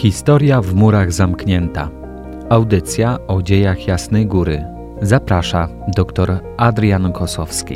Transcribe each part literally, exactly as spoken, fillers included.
Historia w murach zamknięta. Audycja o dziejach Jasnej Góry. Zaprasza dr Adrian Kosowski.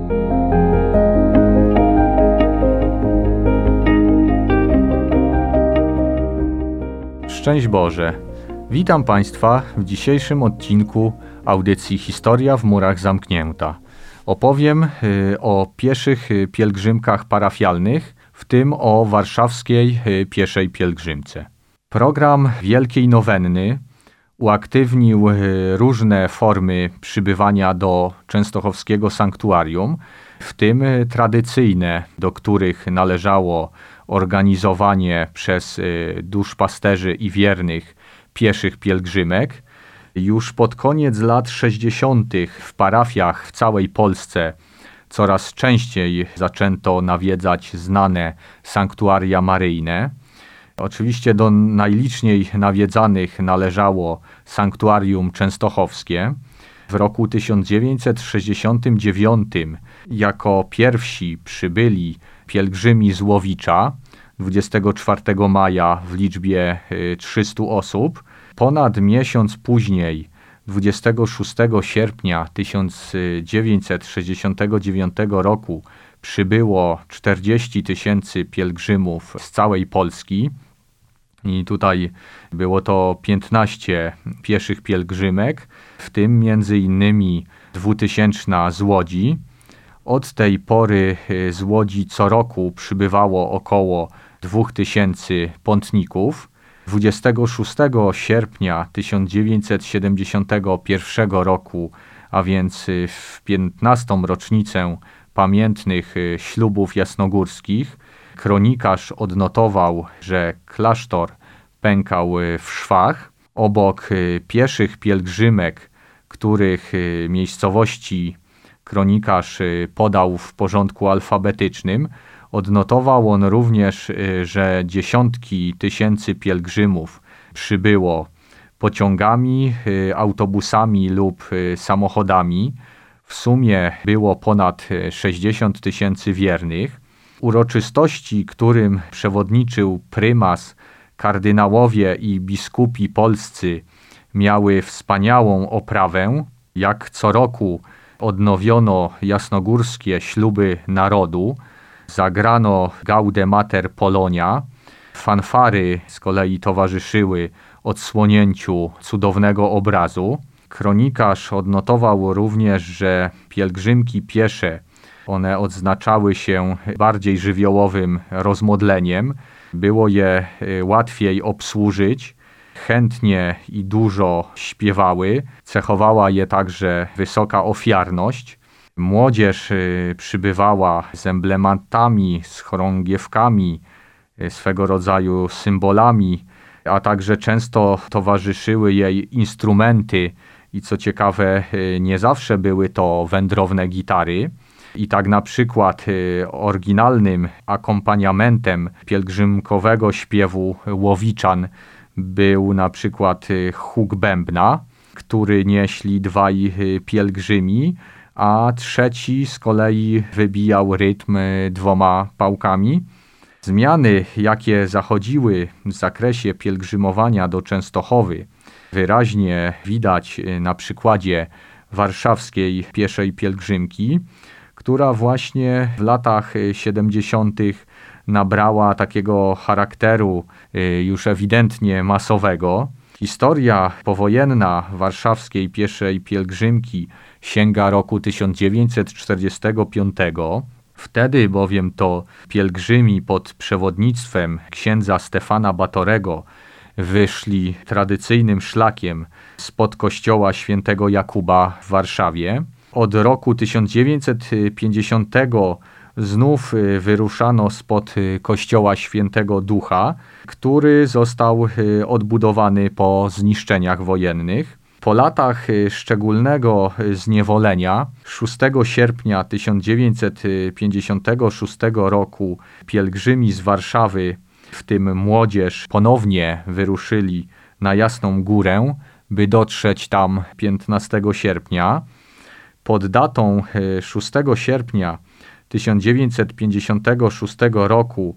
Szczęść Boże! Witam Państwa w dzisiejszym odcinku audycji Historia w murach zamknięta. Opowiem y, o pieszych y, pielgrzymkach parafialnych, w tym o warszawskiej y, pieszej pielgrzymce. Program Wielkiej Nowenny uaktywnił y, różne formy przybywania do częstochowskiego sanktuarium, w tym y, tradycyjne, do których należało organizowanie przez y, duszpasterzy i wiernych pieszych pielgrzymek. Już pod koniec lat sześćdziesiątych w parafiach w całej Polsce coraz częściej zaczęto nawiedzać znane sanktuaria maryjne. Oczywiście do najliczniej nawiedzanych należało sanktuarium częstochowskie. W roku tysiąc dziewięćset sześćdziesiątym dziewiątym jako pierwsi przybyli pielgrzymi z Łowicza dwudziestego czwartego maja w liczbie trzystu osób. Ponad miesiąc później, dwudziestego szóstego sierpnia tysiąc dziewięćset sześćdziesiątego dziewiątego roku, przybyło czterdzieści tysięcy pielgrzymów z całej Polski. I tutaj było to piętnaście pieszych pielgrzymek, w tym między innymi dwutysięczna z Łodzi. Od tej pory z Łodzi co roku przybywało około dwóch tysięcy pątników. dwudziestego szóstego sierpnia tysiąc dziewięćset siedemdziesiątego pierwszego roku, a więc w piętnastą rocznicę pamiętnych ślubów jasnogórskich, kronikarz odnotował, że klasztor pękał w szwach. Obok pieszych pielgrzymek, których miejscowości kronikarz podał w porządku alfabetycznym, odnotował on również, że dziesiątki tysięcy pielgrzymów przybyło pociągami, autobusami lub samochodami. W sumie było ponad sześćdziesiąt tysięcy wiernych. Uroczystości, którym przewodniczył prymas, kardynałowie i biskupi polscy, miały wspaniałą oprawę. Jak co roku odnowiono jasnogórskie śluby narodu. Zagrano Gaude Mater Polonia. Fanfary z kolei towarzyszyły odsłonięciu cudownego obrazu. Kronikarz odnotował również, że pielgrzymki piesze, one odznaczały się bardziej żywiołowym rozmodleniem. Było je łatwiej obsłużyć. Chętnie i dużo śpiewały. Cechowała je także wysoka ofiarność. Młodzież przybywała z emblematami, z chorągiewkami, swego rodzaju symbolami, a także często towarzyszyły jej instrumenty i co ciekawe, nie zawsze były to wędrowne gitary. I tak na przykład oryginalnym akompaniamentem pielgrzymkowego śpiewu Łowiczan był na przykład huk bębna, który nieśli dwaj pielgrzymi, a trzeci z kolei wybijał rytm dwoma pałkami. Zmiany, jakie zachodziły w zakresie pielgrzymowania do Częstochowy, wyraźnie widać na przykładzie warszawskiej pieszej pielgrzymki, która właśnie w latach siedemdziesiątych nabrała takiego charakteru już ewidentnie masowego. Historia powojenna warszawskiej pieszej pielgrzymki sięga roku tysiąc dziewięćset czterdziestego piątego. Wtedy bowiem to pielgrzymi pod przewodnictwem księdza Stefana Batorego wyszli tradycyjnym szlakiem spod kościoła świętego Jakuba w Warszawie. Od roku tysiąc dziewięćset pięćdziesiątego znów wyruszano spod kościoła świętego Ducha, który został odbudowany po zniszczeniach wojennych. Po latach szczególnego zniewolenia szóstego sierpnia tysiąc dziewięćset pięćdziesiątego szóstego roku pielgrzymi z Warszawy, w tym młodzież, ponownie wyruszyli na Jasną Górę, by dotrzeć tam piętnastego sierpnia. Pod datą szóstego sierpnia tysiąc dziewięćset pięćdziesiątego szóstego roku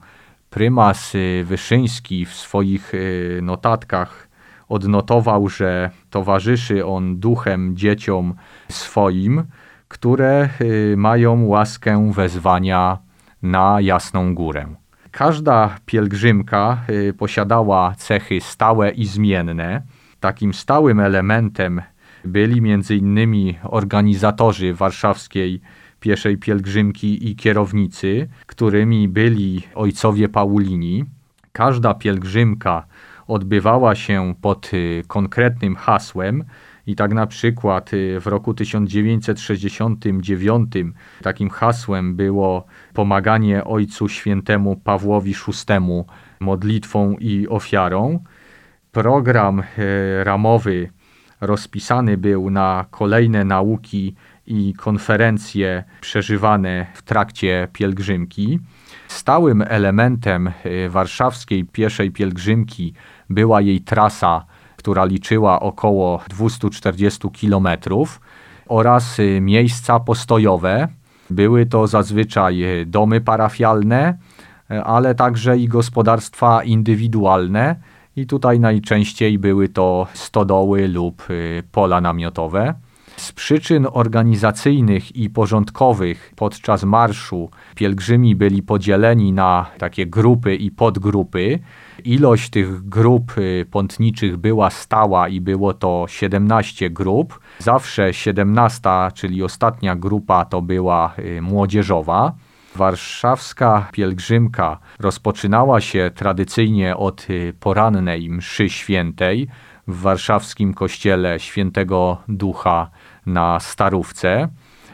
Prymas Wyszyński w swoich notatkach odnotował, że towarzyszy on duchem dzieciom swoim, które mają łaskę wezwania na Jasną Górę. Każda pielgrzymka posiadała cechy stałe i zmienne. Takim stałym elementem byli między innymi organizatorzy warszawskiej pieszej pielgrzymki i kierownicy, którymi byli ojcowie Paulini. Każda pielgrzymka odbywała się pod konkretnym hasłem i tak na przykład w roku tysiąc dziewięćset sześćdziesiątym dziewiątym takim hasłem było pomaganie Ojcu Świętemu Pawłowi szóstemu modlitwą i ofiarą. Program ramowy rozpisany był na kolejne nauki i konferencje przeżywane w trakcie pielgrzymki. Stałym elementem warszawskiej pieszej pielgrzymki była jej trasa, która liczyła około dwieście czterdzieści kilometrów, oraz miejsca postojowe. Były to zazwyczaj domy parafialne, ale także i gospodarstwa indywidualne i tutaj najczęściej były to stodoły lub pola namiotowe. Z przyczyn organizacyjnych i porządkowych podczas marszu pielgrzymi byli podzieleni na takie grupy i podgrupy. Ilość tych grup pątniczych była stała i było to siedemnaście grup. Zawsze siedemnasta, czyli ostatnia grupa, to była młodzieżowa. Warszawska pielgrzymka rozpoczynała się tradycyjnie od porannej mszy świętej w warszawskim kościele Świętego Ducha na Starówce.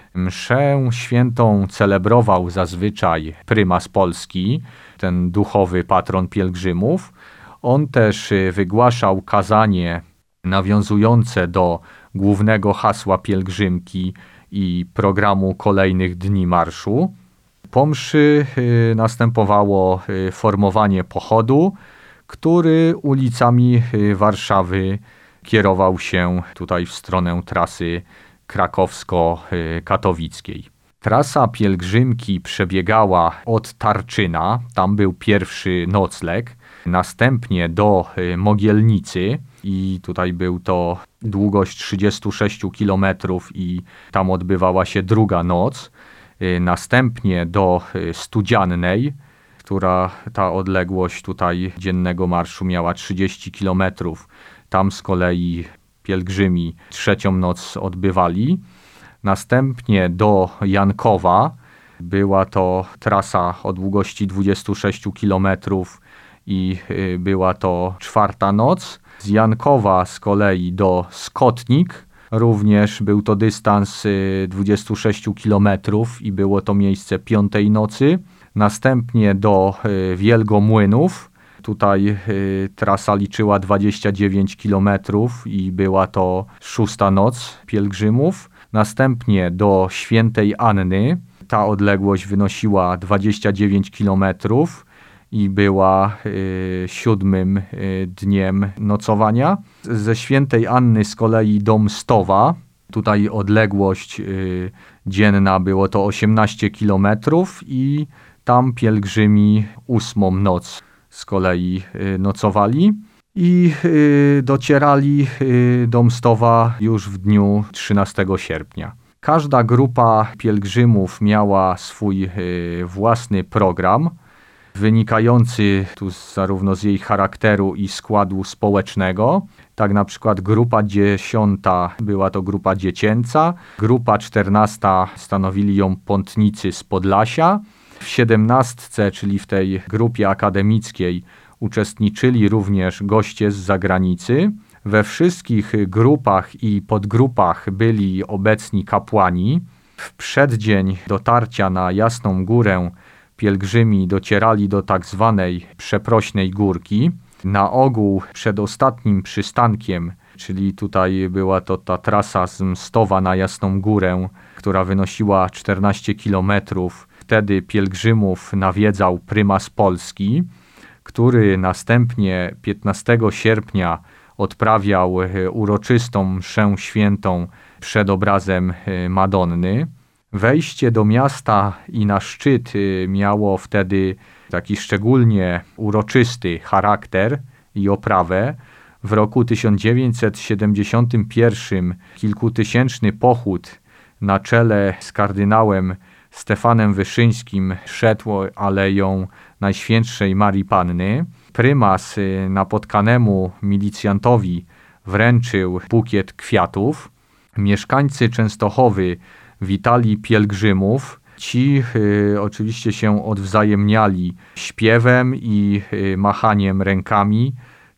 Mszę świętą celebrował zazwyczaj prymas Polski, ten duchowy patron pielgrzymów. On też wygłaszał kazanie nawiązujące do głównego hasła pielgrzymki i programu kolejnych dni marszu. Po mszy następowało formowanie pochodu, który ulicami Warszawy kierował się tutaj w stronę trasy krakowsko-katowickiej. Trasa pielgrzymki przebiegała od Tarczyna, tam był pierwszy nocleg, następnie do Mogielnicy i tutaj był to długość trzydzieści sześć kilometrów i tam odbywała się druga noc. Następnie do Studziannej, która ta odległość tutaj dziennego marszu miała trzydzieści kilometrów. Tam z kolei pielgrzymi trzecią noc odbywali. Następnie do Jankowa. Była to trasa o długości dwadzieścia sześć kilometrów i była to czwarta noc. Z Jankowa z kolei do Skotnik. Również był to dystans dwadzieścia sześć kilometrów i było to miejsce piątej nocy. Następnie do Wielgomłynów. Tutaj trasa liczyła dwadzieścia dziewięć kilometrów i była to szósta noc pielgrzymów. Następnie do Świętej Anny. Ta odległość wynosiła dwadzieścia dziewięć kilometrów i była y, siódmym y, dniem nocowania. Ze Świętej Anny z kolei do Mstowa. Tutaj odległość y, dzienna było to osiemnaście kilometrów i tam pielgrzymi ósmą noc z kolei y, nocowali i y, docierali y, do Mstowa już w dniu trzynastego sierpnia. Każda grupa pielgrzymów miała swój y, własny program, wynikający tu zarówno z jej charakteru i składu społecznego. Tak na przykład grupa dziesiąta była to grupa dziecięca, grupa czternasta stanowili ją pątnicy z Podlasia. W siedemnastce, czyli w tej grupie akademickiej, uczestniczyli również goście z zagranicy. We wszystkich grupach i podgrupach byli obecni kapłani. W przeddzień dotarcia na Jasną Górę pielgrzymi docierali do tak zwanej Przeprośnej Górki. Na ogół przed ostatnim przystankiem, czyli tutaj była to ta trasa z Mstowa na Jasną Górę, która wynosiła czternaście kilometrów. Wtedy pielgrzymów nawiedzał prymas Polski, który następnie piętnastego sierpnia odprawiał uroczystą mszę świętą przed obrazem Madonny. Wejście do miasta i na szczyt miało wtedy taki szczególnie uroczysty charakter i oprawę. W roku tysiąc dziewięćset siedemdziesiątym pierwszym kilkutysięczny pochód na czele z kardynałem Stefanem Wyszyńskim szedł aleją Najświętszej Marii Panny. Prymas napotkanemu milicjantowi wręczył bukiet kwiatów. Mieszkańcy Częstochowy witali pielgrzymów. Ci y, oczywiście się odwzajemniali śpiewem i y, machaniem rękami,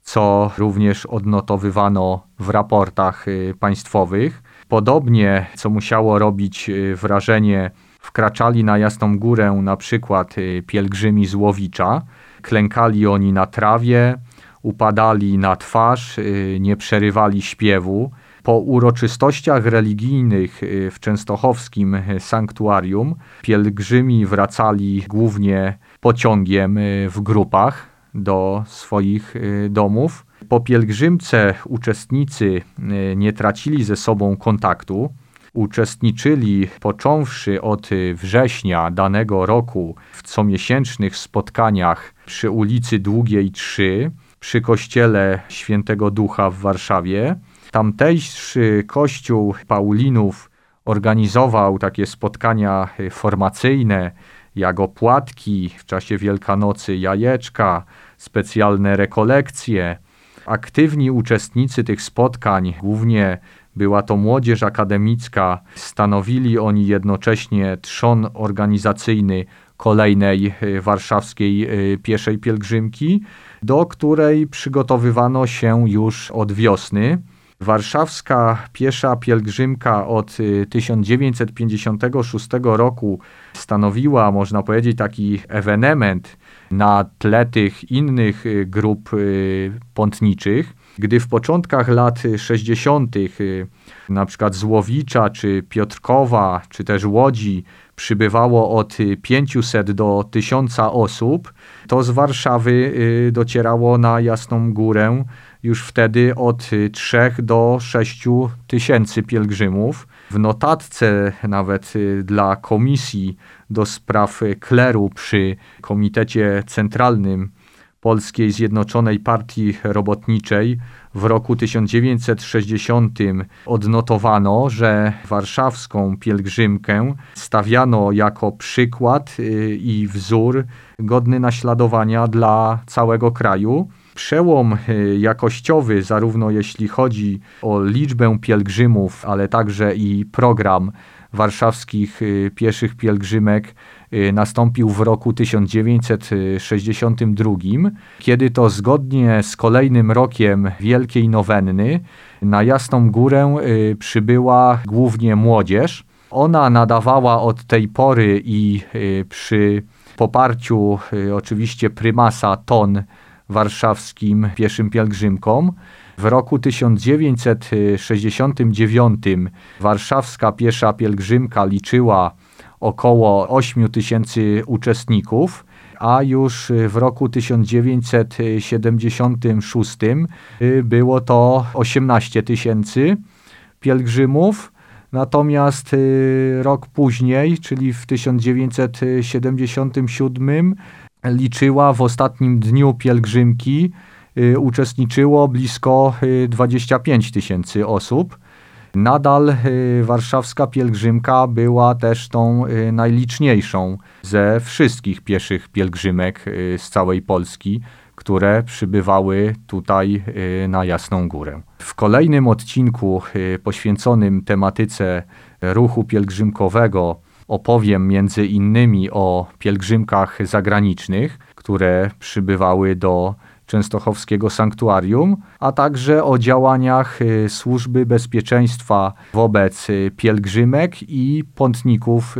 co również odnotowywano w raportach y, państwowych. Podobnie, co musiało robić y, wrażenie, wkraczali na Jasną Górę na przykład y, pielgrzymi z Łowicza. Klękali oni na trawie, upadali na twarz, y, nie przerywali śpiewu. Po uroczystościach religijnych w częstochowskim sanktuarium pielgrzymi wracali głównie pociągiem w grupach do swoich domów. Po pielgrzymce uczestnicy nie tracili ze sobą kontaktu. Uczestniczyli począwszy od września danego roku w comiesięcznych spotkaniach przy ulicy Długiej trzy, przy kościele Świętego Ducha w Warszawie. Tamtejszy kościół Paulinów organizował takie spotkania formacyjne, jak opłatki, w czasie Wielkanocy jajeczka, specjalne rekolekcje. Aktywni uczestnicy tych spotkań, głównie była to młodzież akademicka, stanowili oni jednocześnie trzon organizacyjny kolejnej warszawskiej pieszej pielgrzymki, do której przygotowywano się już od wiosny. Warszawska piesza pielgrzymka od tysiąc dziewięćset pięćdziesiątego szóstego roku stanowiła, można powiedzieć, taki ewenement na tle tych innych grup pątniczych. Gdy w początkach lat sześćdziesiątych na przykład z Łowicza, czy Piotrkowa, czy też Łodzi przybywało od pięciuset do tysiąca osób, to z Warszawy docierało na Jasną Górę już wtedy od trzech do sześciu tysięcy pielgrzymów. W notatce nawet dla Komisji do Spraw Kleru przy Komitecie Centralnym Polskiej Zjednoczonej Partii Robotniczej w roku tysiąc dziewięćset sześćdziesiątym odnotowano, że warszawską pielgrzymkę stawiano jako przykład i wzór godny naśladowania dla całego kraju. Przełom jakościowy, zarówno jeśli chodzi o liczbę pielgrzymów, ale także i program warszawskich pieszych pielgrzymek, nastąpił w roku tysiąc dziewięćset sześćdziesiątym drugim, kiedy to zgodnie z kolejnym rokiem Wielkiej Nowenny na Jasną Górę przybyła głównie młodzież. Ona nadawała od tej pory i przy poparciu oczywiście prymasa ton warszawskim pieszym pielgrzymkom. W roku tysiąc dziewięćset sześćdziesiątym dziewiątym warszawska piesza pielgrzymka liczyła około ośmiu tysięcy uczestników, a już w roku tysiąc dziewięćset siedemdziesiątym szóstym było to osiemnaście tysięcy pielgrzymów. Natomiast rok później, czyli w tysiąc dziewięćset siedemdziesiątym siódmym, liczyła w ostatnim dniu pielgrzymki, uczestniczyło blisko dwadzieścia pięć tysięcy osób. Nadal warszawska pielgrzymka była też tą najliczniejszą ze wszystkich pieszych pielgrzymek z całej Polski, które przybywały tutaj na Jasną Górę. W kolejnym odcinku poświęconym tematyce ruchu pielgrzymkowego opowiem między innymi o pielgrzymkach zagranicznych, które przybywały do Częstochowskiego Sanktuarium, a także o działaniach Służby Bezpieczeństwa wobec pielgrzymek i pątników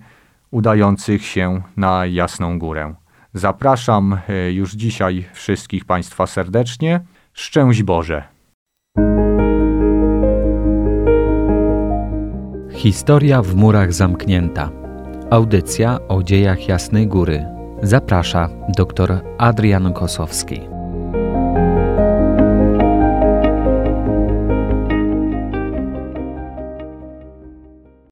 udających się na Jasną Górę. Zapraszam już dzisiaj wszystkich Państwa serdecznie. Szczęść Boże! Historia w murach zamknięta. Audycja o dziejach Jasnej Góry. Zaprasza dr Adrian Kosowski.